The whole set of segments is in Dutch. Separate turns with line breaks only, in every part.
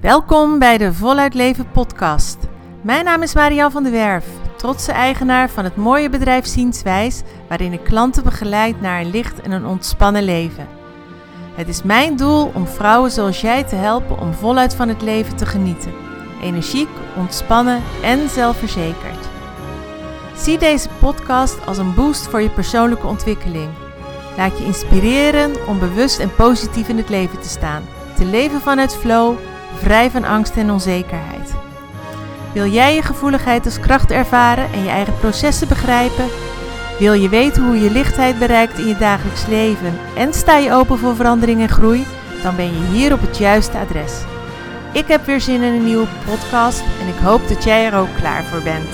Welkom bij de Voluit Leven podcast. Mijn naam is Marianne van der Werf, trotse eigenaar van het mooie bedrijf Zienswijs, waarin ik klanten begeleid naar een licht en een ontspannen leven. Het is mijn doel om vrouwen zoals jij te helpen om voluit van het leven te genieten. Energiek, ontspannen en zelfverzekerd. Zie deze podcast als een boost voor je persoonlijke ontwikkeling. Laat je inspireren om bewust en positief in het leven te staan. Te leven vanuit flow, vrij van angst en onzekerheid. Wil jij je gevoeligheid als kracht ervaren en je eigen processen begrijpen? Wil je weten hoe je lichtheid bereikt in je dagelijks leven en sta je open voor verandering en groei? Dan ben je hier op het juiste adres. Ik heb weer zin in een nieuwe podcast en ik hoop dat jij er ook klaar voor bent.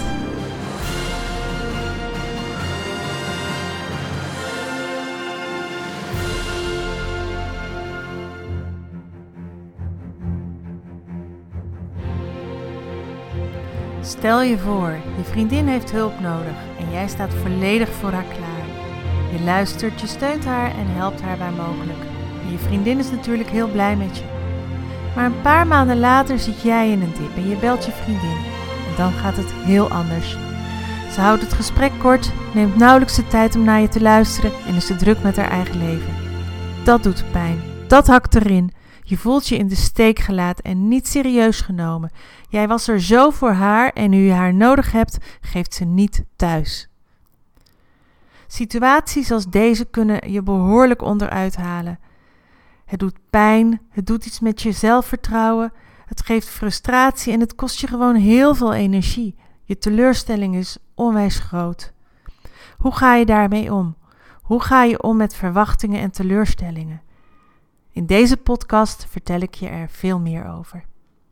Stel je voor, je vriendin heeft hulp nodig en jij staat volledig voor haar klaar. Je luistert, je steunt haar en helpt haar waar mogelijk. En je vriendin is natuurlijk heel blij met je. Maar een paar maanden later zit jij in een dip en je belt je vriendin. En dan gaat het heel anders. Ze houdt het gesprek kort, neemt nauwelijks de tijd om naar je te luisteren en is te druk met haar eigen leven. Dat doet pijn, dat hakt erin. Je voelt je in de steek gelaten en niet serieus genomen. Jij was er zo voor haar en nu je haar nodig hebt, geeft ze niet thuis. Situaties als deze kunnen je behoorlijk onderuit halen. Het doet pijn, het doet iets met je zelfvertrouwen, het geeft frustratie en het kost je gewoon heel veel energie. Je teleurstelling is onwijs groot. Hoe ga je daarmee om? Hoe ga je om met verwachtingen en teleurstellingen? In deze podcast vertel ik je er veel meer over.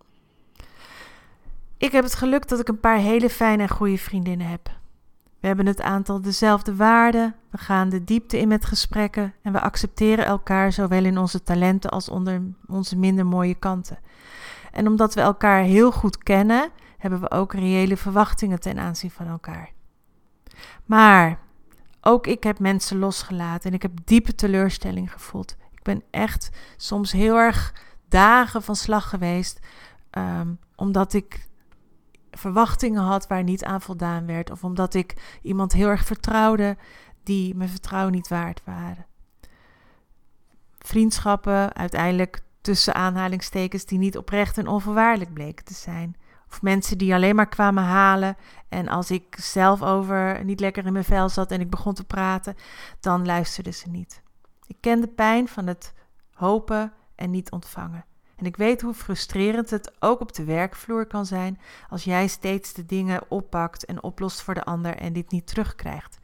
Ik heb het geluk dat ik een paar hele fijne en goede vriendinnen heb. We hebben het aantal dezelfde waarden, we gaan de diepte in met gesprekken en we accepteren elkaar zowel in onze talenten als onder onze minder mooie kanten. En omdat we elkaar heel goed kennen, hebben we ook reële verwachtingen ten aanzien van elkaar. Maar ook ik heb mensen losgelaten en ik heb diepe teleurstelling gevoeld. Ik ben echt soms heel erg dagen van slag geweest, omdat ik verwachtingen had waar niet aan voldaan werd. Of omdat ik iemand heel erg vertrouwde die mijn vertrouwen niet waard waren. Vriendschappen uiteindelijk tussen aanhalingstekens die niet oprecht en onvoorwaardelijk bleken te zijn. Of mensen die alleen maar kwamen halen en als ik zelf over niet lekker in mijn vel zat en ik begon te praten, dan luisterden ze niet. Ik ken de pijn van het hopen en niet ontvangen. En ik weet hoe frustrerend het ook op de werkvloer kan zijn als jij steeds de dingen oppakt en oplost voor de ander en dit niet terugkrijgt.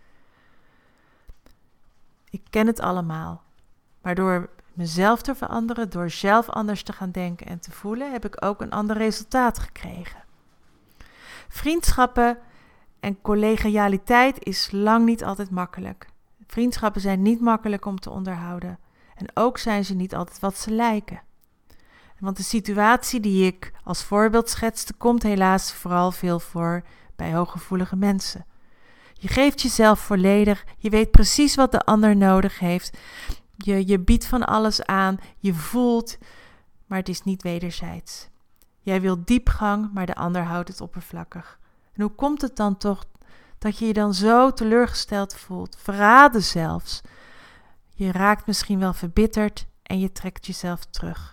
Ik ken het allemaal. Maar door mezelf te veranderen, door zelf anders te gaan denken en te voelen, heb ik ook een ander resultaat gekregen. Vriendschappen en collegialiteit is lang niet altijd makkelijk. Vriendschappen zijn niet makkelijk om te onderhouden. En ook zijn ze niet altijd wat ze lijken. Want de situatie die ik als voorbeeld schetste, komt helaas vooral veel voor bij hooggevoelige mensen. Je geeft jezelf volledig, je weet precies wat de ander nodig heeft. Je biedt van alles aan, je voelt, maar het is niet wederzijds. Jij wilt diepgang, maar de ander houdt het oppervlakkig. En hoe komt het dan toch dat je je dan zo teleurgesteld voelt, verraden zelfs? Je raakt misschien wel verbitterd en je trekt jezelf terug.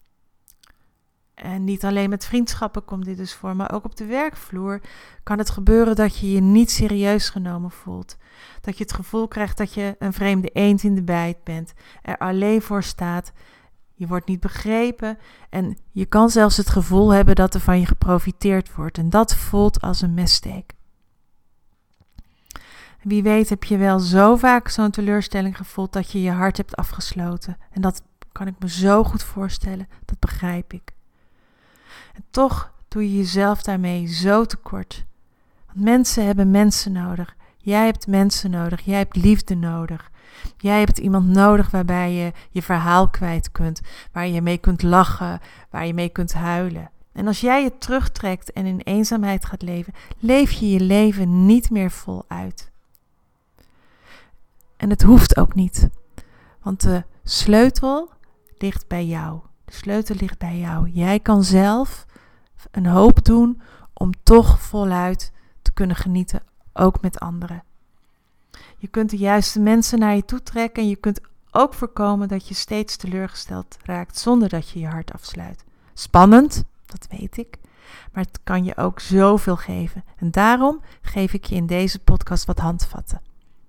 En niet alleen met vriendschappen komt dit dus voor, maar ook op de werkvloer kan het gebeuren dat je je niet serieus genomen voelt. Dat je het gevoel krijgt dat je een vreemde eend in de bijt bent, er alleen voor staat. Je wordt niet begrepen en je kan zelfs het gevoel hebben dat er van je geprofiteerd wordt. En dat voelt als een messteek. Wie weet heb je wel zo vaak zo'n teleurstelling gevoeld dat je je hart hebt afgesloten. En dat kan ik me zo goed voorstellen, dat begrijp ik. En toch doe je jezelf daarmee zo tekort. Want mensen hebben mensen nodig. Jij hebt mensen nodig. Jij hebt liefde nodig. Jij hebt iemand nodig waarbij je je verhaal kwijt kunt. Waar je mee kunt lachen. Waar je mee kunt huilen. En als jij je terugtrekt en in eenzaamheid gaat leven, leef je je leven niet meer voluit. En het hoeft ook niet. Want de sleutel ligt bij jou. De sleutel ligt bij jou. Jij kan zelf een hoop doen om toch voluit te kunnen genieten, ook met anderen. Je kunt de juiste mensen naar je toe trekken en je kunt ook voorkomen dat je steeds teleurgesteld raakt zonder dat je je hart afsluit. Spannend, dat weet ik, maar het kan je ook zoveel geven. En daarom geef ik je in deze podcast wat handvatten.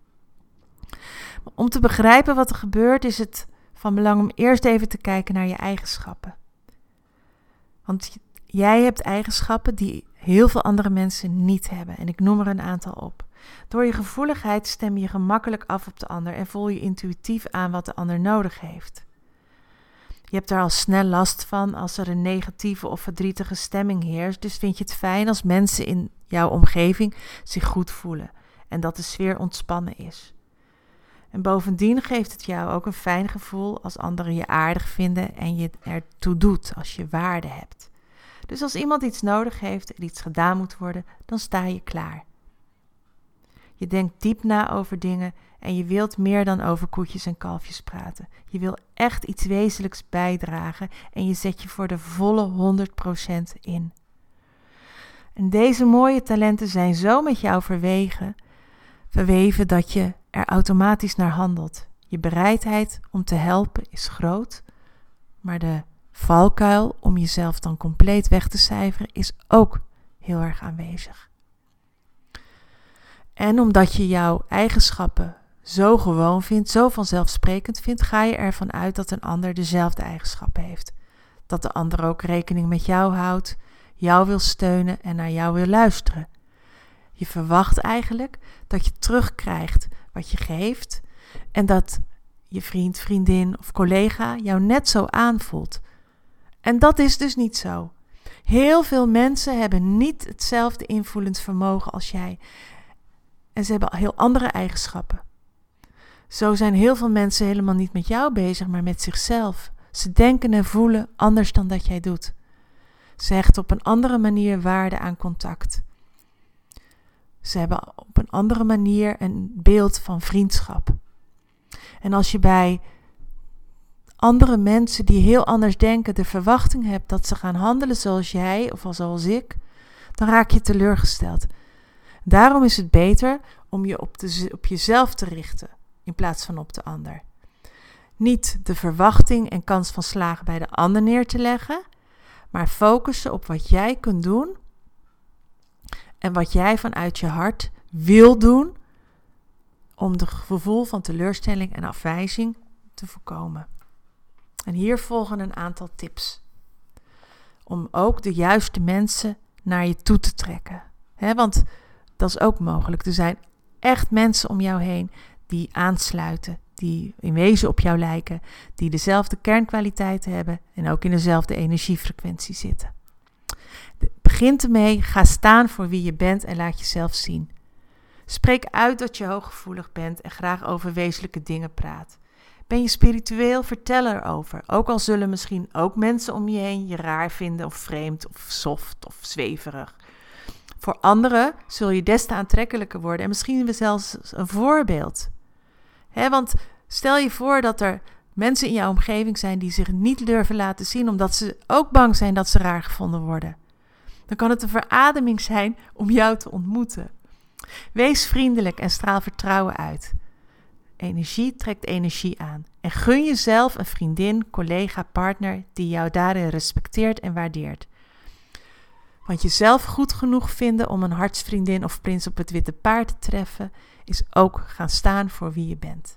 Om te begrijpen wat er gebeurt is het van belang om eerst even te kijken naar je eigenschappen. Want jij hebt eigenschappen die heel veel andere mensen niet hebben. En ik noem er een aantal op. Door je gevoeligheid stem je gemakkelijk af op de ander en voel je intuïtief aan wat de ander nodig heeft. Je hebt daar al snel last van als er een negatieve of verdrietige stemming heerst. Dus vind je het fijn als mensen in jouw omgeving zich goed voelen en dat de sfeer ontspannen is. En bovendien geeft het jou ook een fijn gevoel als anderen je aardig vinden en je ertoe doet als je waarde hebt. Dus als iemand iets nodig heeft en iets gedaan moet worden, dan sta je klaar. Je denkt diep na over dingen en je wilt meer dan over koetjes en kalfjes praten. Je wil echt iets wezenlijks bijdragen en je zet je voor de volle 100% in. En deze mooie talenten zijn zo met jou verweven dat je er automatisch naar handelt. Je bereidheid om te helpen is groot, maar de valkuil om jezelf dan compleet weg te cijferen is ook heel erg aanwezig. En omdat je jouw eigenschappen zo gewoon vindt, zo vanzelfsprekend vindt, ga je ervan uit dat een ander dezelfde eigenschappen heeft. Dat de ander ook rekening met jou houdt, jou wil steunen en naar jou wil luisteren. Je verwacht eigenlijk dat je terugkrijgt wat je geeft en dat je vriend, vriendin of collega jou net zo aanvoelt. En dat is dus niet zo. Heel veel mensen hebben niet hetzelfde invoelend vermogen als jij. En ze hebben heel andere eigenschappen. Zo zijn heel veel mensen helemaal niet met jou bezig, maar met zichzelf. Ze denken en voelen anders dan dat jij doet. Ze hechten op een andere manier waarde aan contact. Ze hebben op een andere manier een beeld van vriendschap. En als je bij andere mensen die heel anders denken de verwachting hebt dat ze gaan handelen zoals jij of zoals ik, dan raak je teleurgesteld. Daarom is het beter om je op jezelf te richten in plaats van op de ander. Niet de verwachting en kans van slagen bij de ander neer te leggen, maar focussen op wat jij kunt doen en wat jij vanuit je hart wil doen om het gevoel van teleurstelling en afwijzing te voorkomen. En hier volgen een aantal tips om ook de juiste mensen naar je toe te trekken. Want dat is ook mogelijk. Er zijn echt mensen om jou heen die aansluiten, die in wezen op jou lijken, die dezelfde kernkwaliteiten hebben en ook in dezelfde energiefrequentie zitten. Begint ermee, ga staan voor wie je bent en laat jezelf zien. Spreek uit dat je hooggevoelig bent en graag over wezenlijke dingen praat. Ben je spiritueel, vertel erover. Ook al zullen misschien ook mensen om je heen je raar vinden of vreemd of soft of zweverig. Voor anderen zul je des te aantrekkelijker worden en misschien zelfs een voorbeeld. Want stel je voor dat er mensen in jouw omgeving zijn die zich niet durven laten zien omdat ze ook bang zijn dat ze raar gevonden worden. Dan kan het een verademing zijn om jou te ontmoeten. Wees vriendelijk en straal vertrouwen uit. Energie trekt energie aan. En gun jezelf een vriendin, collega, partner die jou daarin respecteert en waardeert. Want jezelf goed genoeg vinden om een hartsvriendin of prins op het witte paard te treffen, is ook gaan staan voor wie je bent.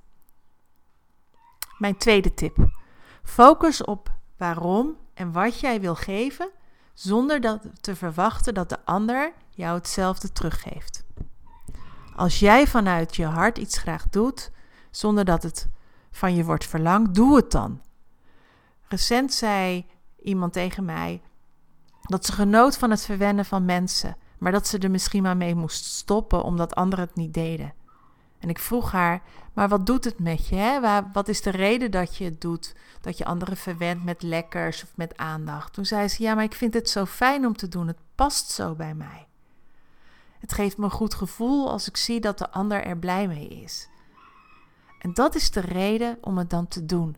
Mijn tweede tip. Focus op waarom en wat jij wil geven, zonder te verwachten dat de ander jou hetzelfde teruggeeft. Als jij vanuit je hart iets graag doet, zonder dat het van je wordt verlangd, doe het dan. Recent zei iemand tegen mij dat ze genoot van het verwennen van mensen, maar dat ze er misschien maar mee moest stoppen omdat anderen het niet deden. En ik vroeg haar, maar wat doet het met je? Wat is de reden dat je het doet? Dat je anderen verwent met lekkers of met aandacht? Toen zei ze, ja, maar ik vind het zo fijn om te doen. Het past zo bij mij. Het geeft me een goed gevoel als ik zie dat de ander er blij mee is. En dat is de reden om het dan te doen.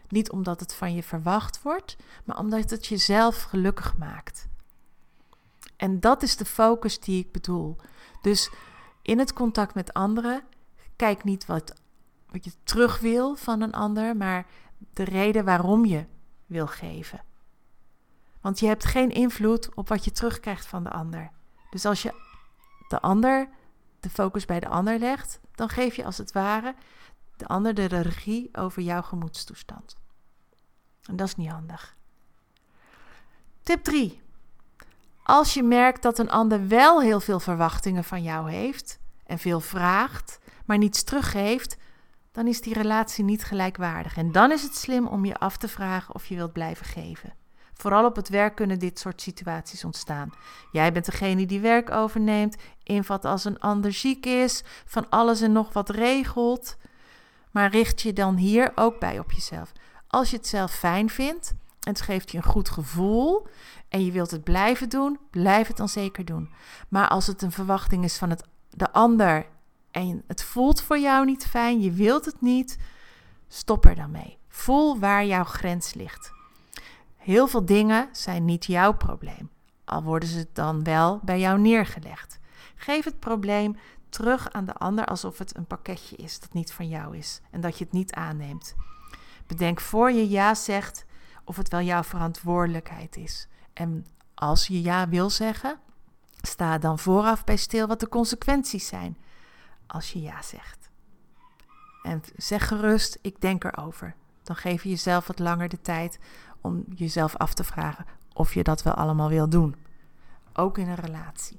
Niet omdat het van je verwacht wordt, maar omdat het jezelf gelukkig maakt. En dat is de focus die ik bedoel. Dus in het contact met anderen, kijk niet wat je terug wil van een ander, maar de reden waarom je wil geven. Want je hebt geen invloed op wat je terugkrijgt van de ander. Dus als je de focus bij de ander legt, dan geef je als het ware de ander de regie over jouw gemoedstoestand. En dat is niet handig. Tip 3. Als je merkt dat een ander wel heel veel verwachtingen van jou heeft en veel vraagt, maar niets teruggeeft, dan is die relatie niet gelijkwaardig. En dan is het slim om je af te vragen of je wilt blijven geven. Vooral op het werk kunnen dit soort situaties ontstaan. Jij bent degene die werk overneemt, invat als een ander ziek is, van alles en nog wat regelt. Maar richt je dan hier ook bij op jezelf. Als je het zelf fijn vindt en het geeft je een goed gevoel en je wilt het blijven doen, blijf het dan zeker doen. Maar als het een verwachting is van de ander en het voelt voor jou niet fijn, je wilt het niet, stop er dan mee. Voel waar jouw grens ligt. Heel veel dingen zijn niet jouw probleem, al worden ze dan wel bij jou neergelegd. Geef het probleem terug aan de ander alsof het een pakketje is dat niet van jou is en dat je het niet aanneemt. Bedenk voor je ja zegt of het wel jouw verantwoordelijkheid is. En als je ja wil zeggen, sta dan vooraf bij stil wat de consequenties zijn als je ja zegt. En zeg gerust, ik denk erover. Dan geef je jezelf wat langer de tijd om jezelf af te vragen of je dat wel allemaal wil doen. Ook in een relatie.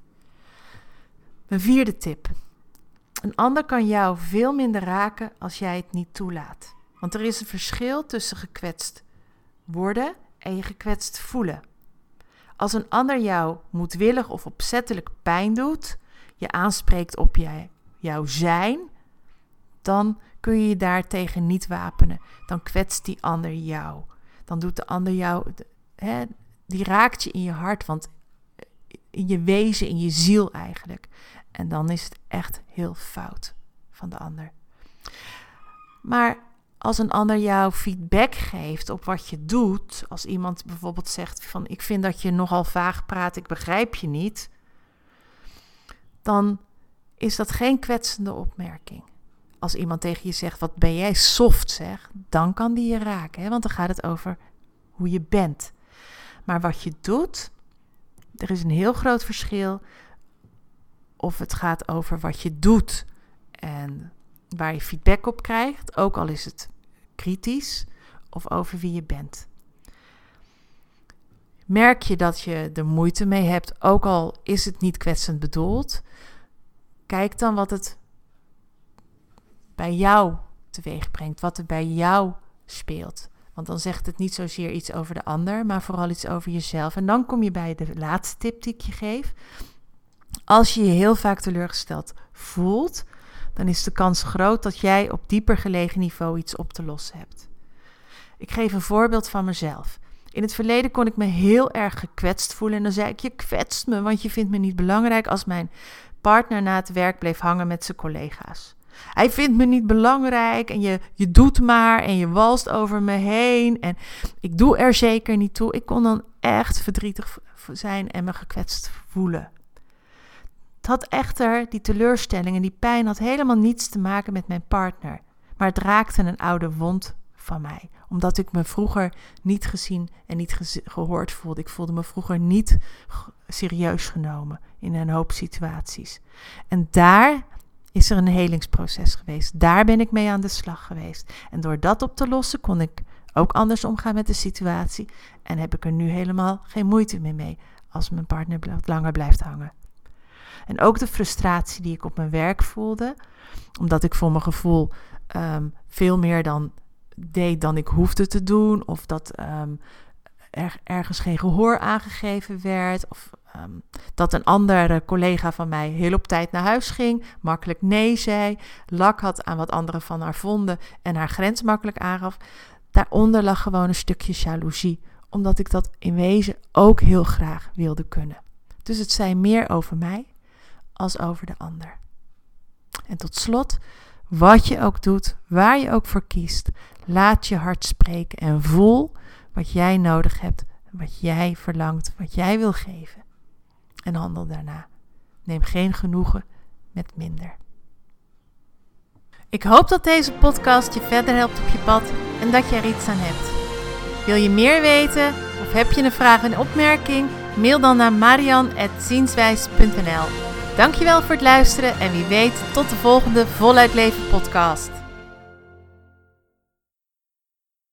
Mijn 4e tip. Een ander kan jou veel minder raken als jij het niet toelaat. Want er is een verschil tussen gekwetst worden en je gekwetst voelen. Als een ander jou moedwillig of opzettelijk pijn doet, je aanspreekt op jouw zijn, dan kun je je daartegen niet wapenen. Dan kwetst die ander jou. Dan doet de ander jou, die raakt je in je hart, want in je wezen, in je ziel eigenlijk. En dan is het echt heel fout van de ander. Maar als een ander jou feedback geeft op wat je doet, als iemand bijvoorbeeld zegt van ik vind dat je nogal vaag praat, ik begrijp je niet, dan is dat geen kwetsende opmerking. Als iemand tegen je zegt, wat ben jij soft zeg, dan kan die je raken. Want dan gaat het over hoe je bent. Maar wat je doet, er is een heel groot verschil of het gaat over wat je doet en waar je feedback op krijgt, ook al is het kritisch, of over wie je bent. Merk je dat je er moeite mee hebt, ook al is het niet kwetsend bedoeld, kijk dan wat het bij jou teweeg brengt, wat er bij jou speelt. Want dan zegt het niet zozeer iets over de ander, maar vooral iets over jezelf. En dan kom je bij de laatste tip die ik je geef. Als je je heel vaak teleurgesteld voelt, dan is de kans groot dat jij op dieper gelegen niveau iets op te lossen hebt. Ik geef een voorbeeld van mezelf. In het verleden kon ik me heel erg gekwetst voelen en dan zei ik, je kwetst me, want je vindt me niet belangrijk, als mijn partner na het werk bleef hangen met zijn collega's. Hij vindt me niet belangrijk en je doet maar en je walst over me heen en ik doe er zeker niet toe. Ik kon dan echt verdrietig zijn en me gekwetst voelen. Het had echter, die teleurstelling en die pijn had helemaal niets te maken met mijn partner. Maar het raakte een oude wond van mij. Omdat ik me vroeger niet gezien en niet gehoord voelde. Ik voelde me vroeger niet serieus genomen in een hoop situaties. En daar is er een helingsproces geweest. Daar ben ik mee aan de slag geweest. En door dat op te lossen kon ik ook anders omgaan met de situatie. En heb ik er nu helemaal geen moeite meer mee als mijn partner langer blijft hangen. En ook de frustratie die ik op mijn werk voelde. Omdat ik voor mijn gevoel veel meer deed dan ik hoefde te doen. Of dat ergens geen gehoor aangegeven werd. Of dat een andere collega van mij heel op tijd naar huis ging. Makkelijk nee zei. Lak had aan wat anderen van haar vonden. En haar grens makkelijk aangaf. Daaronder lag gewoon een stukje jaloezie. Omdat ik dat in wezen ook heel graag wilde kunnen. Dus het zei meer over mij als over de ander. En tot slot, Wat je ook doet, waar je ook voor kiest, laat je hart spreken en voel wat jij nodig hebt, wat jij verlangt, wat jij wil geven. En handel daarna. Neem geen genoegen met minder. Ik hoop dat deze podcast je verder helpt op je pad en dat je er iets aan hebt. Wil je meer weten of heb je een vraag en opmerking? Mail dan naar marian@zienswijs.nl. Dankjewel voor het luisteren en wie weet tot de volgende Voluit Leven podcast.